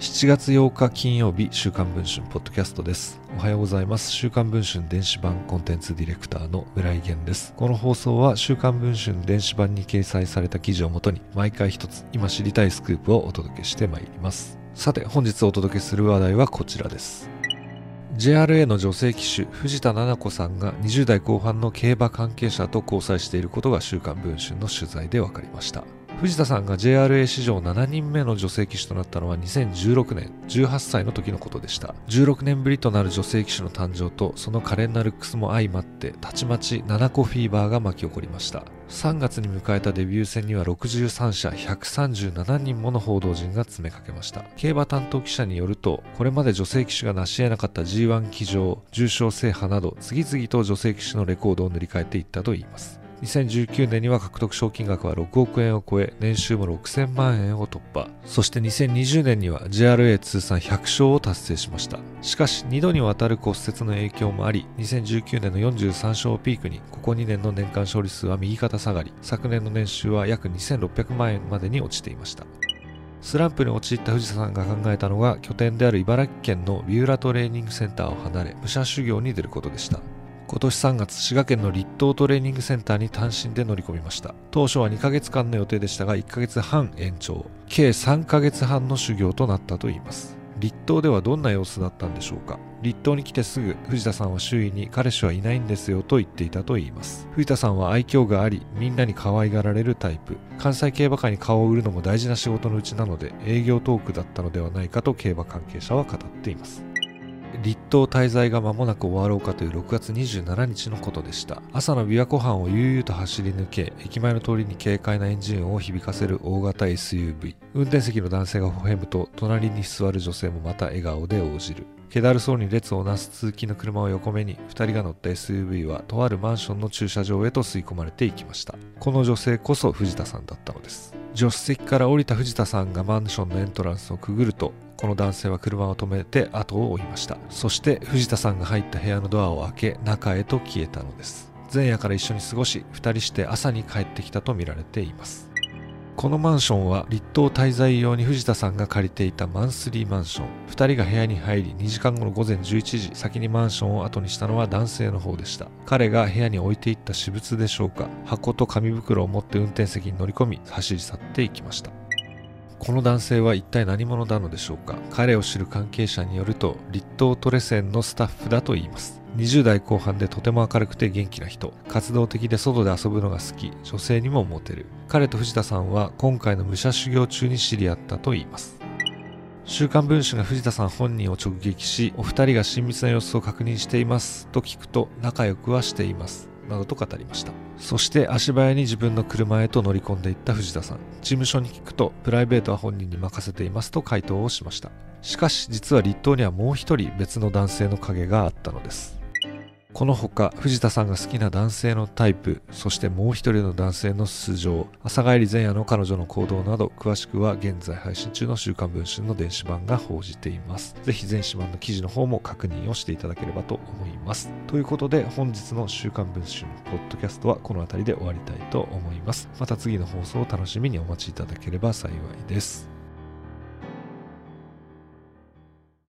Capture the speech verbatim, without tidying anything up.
しちがつようか金曜日、週刊文春ポッドキャストです。おはようございます。週刊文春電子版コンテンツディレクターの村井源です。この放送は週刊文春電子版に掲載された記事をもとに毎回一つ今知りたいスクープをお届けしてまいります。さて本日お届けする話題はこちらです。ジェイアールエー の女性騎手藤田七子さんがにじゅうだいこう半の競馬関係者と交際していることが週刊文春の取材で分かりました。藤田さんが ジェイアールエー 史上しちにんめの女性騎手となったのはにせんじゅうろくねん、じゅうはっさいの時のことでした。じゅうろくねんぶりとなる女性騎手の誕生とその可憐なルックスも相まってたちまち七子フィーバーが巻き起こりました。さんがつに迎えたデビュー戦にはろくじゅうさんしゃひゃくさんじゅうななにんもの報道陣が詰めかけました。競馬担当記者によると、これまで女性騎手が成し得なかった ジーワン 騎乗、重賞制覇など次々と女性騎手のレコードを塗り替えていったといいます。にせんじゅうきゅうねんには獲得賞金額はろくおくえんを超え、年収もろくせんまんえんを突破。そしてにせんにじゅうねんには ジェイアールエー 通算ひゃくしょうを達成しました。しかしにどにわたる骨折の影響もあり、にせんじゅうきゅうねんのよんじゅうさんしょうをピークにここにねんの年間勝利数は右肩下がり、昨年の年収は約にせんろっぴゃくまんえんまでに落ちていました。スランプに陥った藤田さんが考えたのが、拠点である茨城県の三浦トレーニングセンターを離れ武者修行に出ることでした。今年さんがつ、滋賀県の立東トレーニングセンターに単身で乗り込みました。当初はにかげつかんの予定でしたがいっかげつはん延長、計さんかげつはんの修行となったといいます。立東ではどんな様子だったんでしょうか。立東に来てすぐ藤田さんは周囲に彼氏はいないんですよと言っていたといいます。藤田さんは愛嬌があり、みんなに可愛がられるタイプ。関西競馬界に顔を売るのも大事な仕事のうちなので営業トークだったのではないかと競馬関係者は語っています。立東滞在が間もなく終わろうかというろくがつにじゅうしちにちのことでした。朝の琵琶湖畔を悠々と走り抜け、駅前の通りに軽快なエンジン音を響かせる大型 エスユーブイ。運転席の男性が微笑むと、隣に座る女性もまた笑顔で応じる。気だるそうに列をなす通勤の車を横目に、ふたりが乗った エスユーブイ はとあるマンションの駐車場へと吸い込まれていきました。この女性こそ藤田さんだったのです。助手席から降りた藤田さんがマンションのエントランスをくぐると、この男性は車を止めて後を追いました。そして藤田さんが入った部屋のドアを開け、中へと消えたのです。前夜から一緒に過ごし、ふたりして朝に帰ってきたと見られています。このマンションは立東滞在用に藤田さんが借りていたマンスリーマンション。ふたりが部屋に入り、にじかんごのごぜんじゅういちじ、先にマンションを後にしたのは男性の方でした。彼が部屋に置いていった私物でしょうか、箱と紙袋を持って運転席に乗り込み、走り去っていきました。この男性は一体何者なのでしょうか。彼を知る関係者によると、立東トレセンのスタッフだといいます。にじゅうだいこう半でとても明るくて元気な人、活動的で外で遊ぶのが好き、女性にもモテる。彼と藤田さんは今回の武者修行中に知り合ったといいます。週刊文春が藤田さん本人を直撃し、お二人が親密な様子を確認していますと聞くと、仲良くはしていますなどと語りました。そして足早に自分の車へと乗り込んでいった藤田さん。事務所に聞くと、プライベートは本人に任せていますと回答をしました。しかし実は立東にはもう一人別の男性の影があったのです。このほか藤田さんが好きな男性のタイプ、そしてもう一人の男性の素性、朝帰り前夜の彼女の行動など、詳しくは現在配信中の週刊文春の電子版が報じています。ぜひ電子版の記事の方も確認をしていただければと思います。ということで本日の週刊文春ポッドキャストはこの辺りで終わりたいと思います。また次の放送を楽しみにお待ちいただければ幸いです。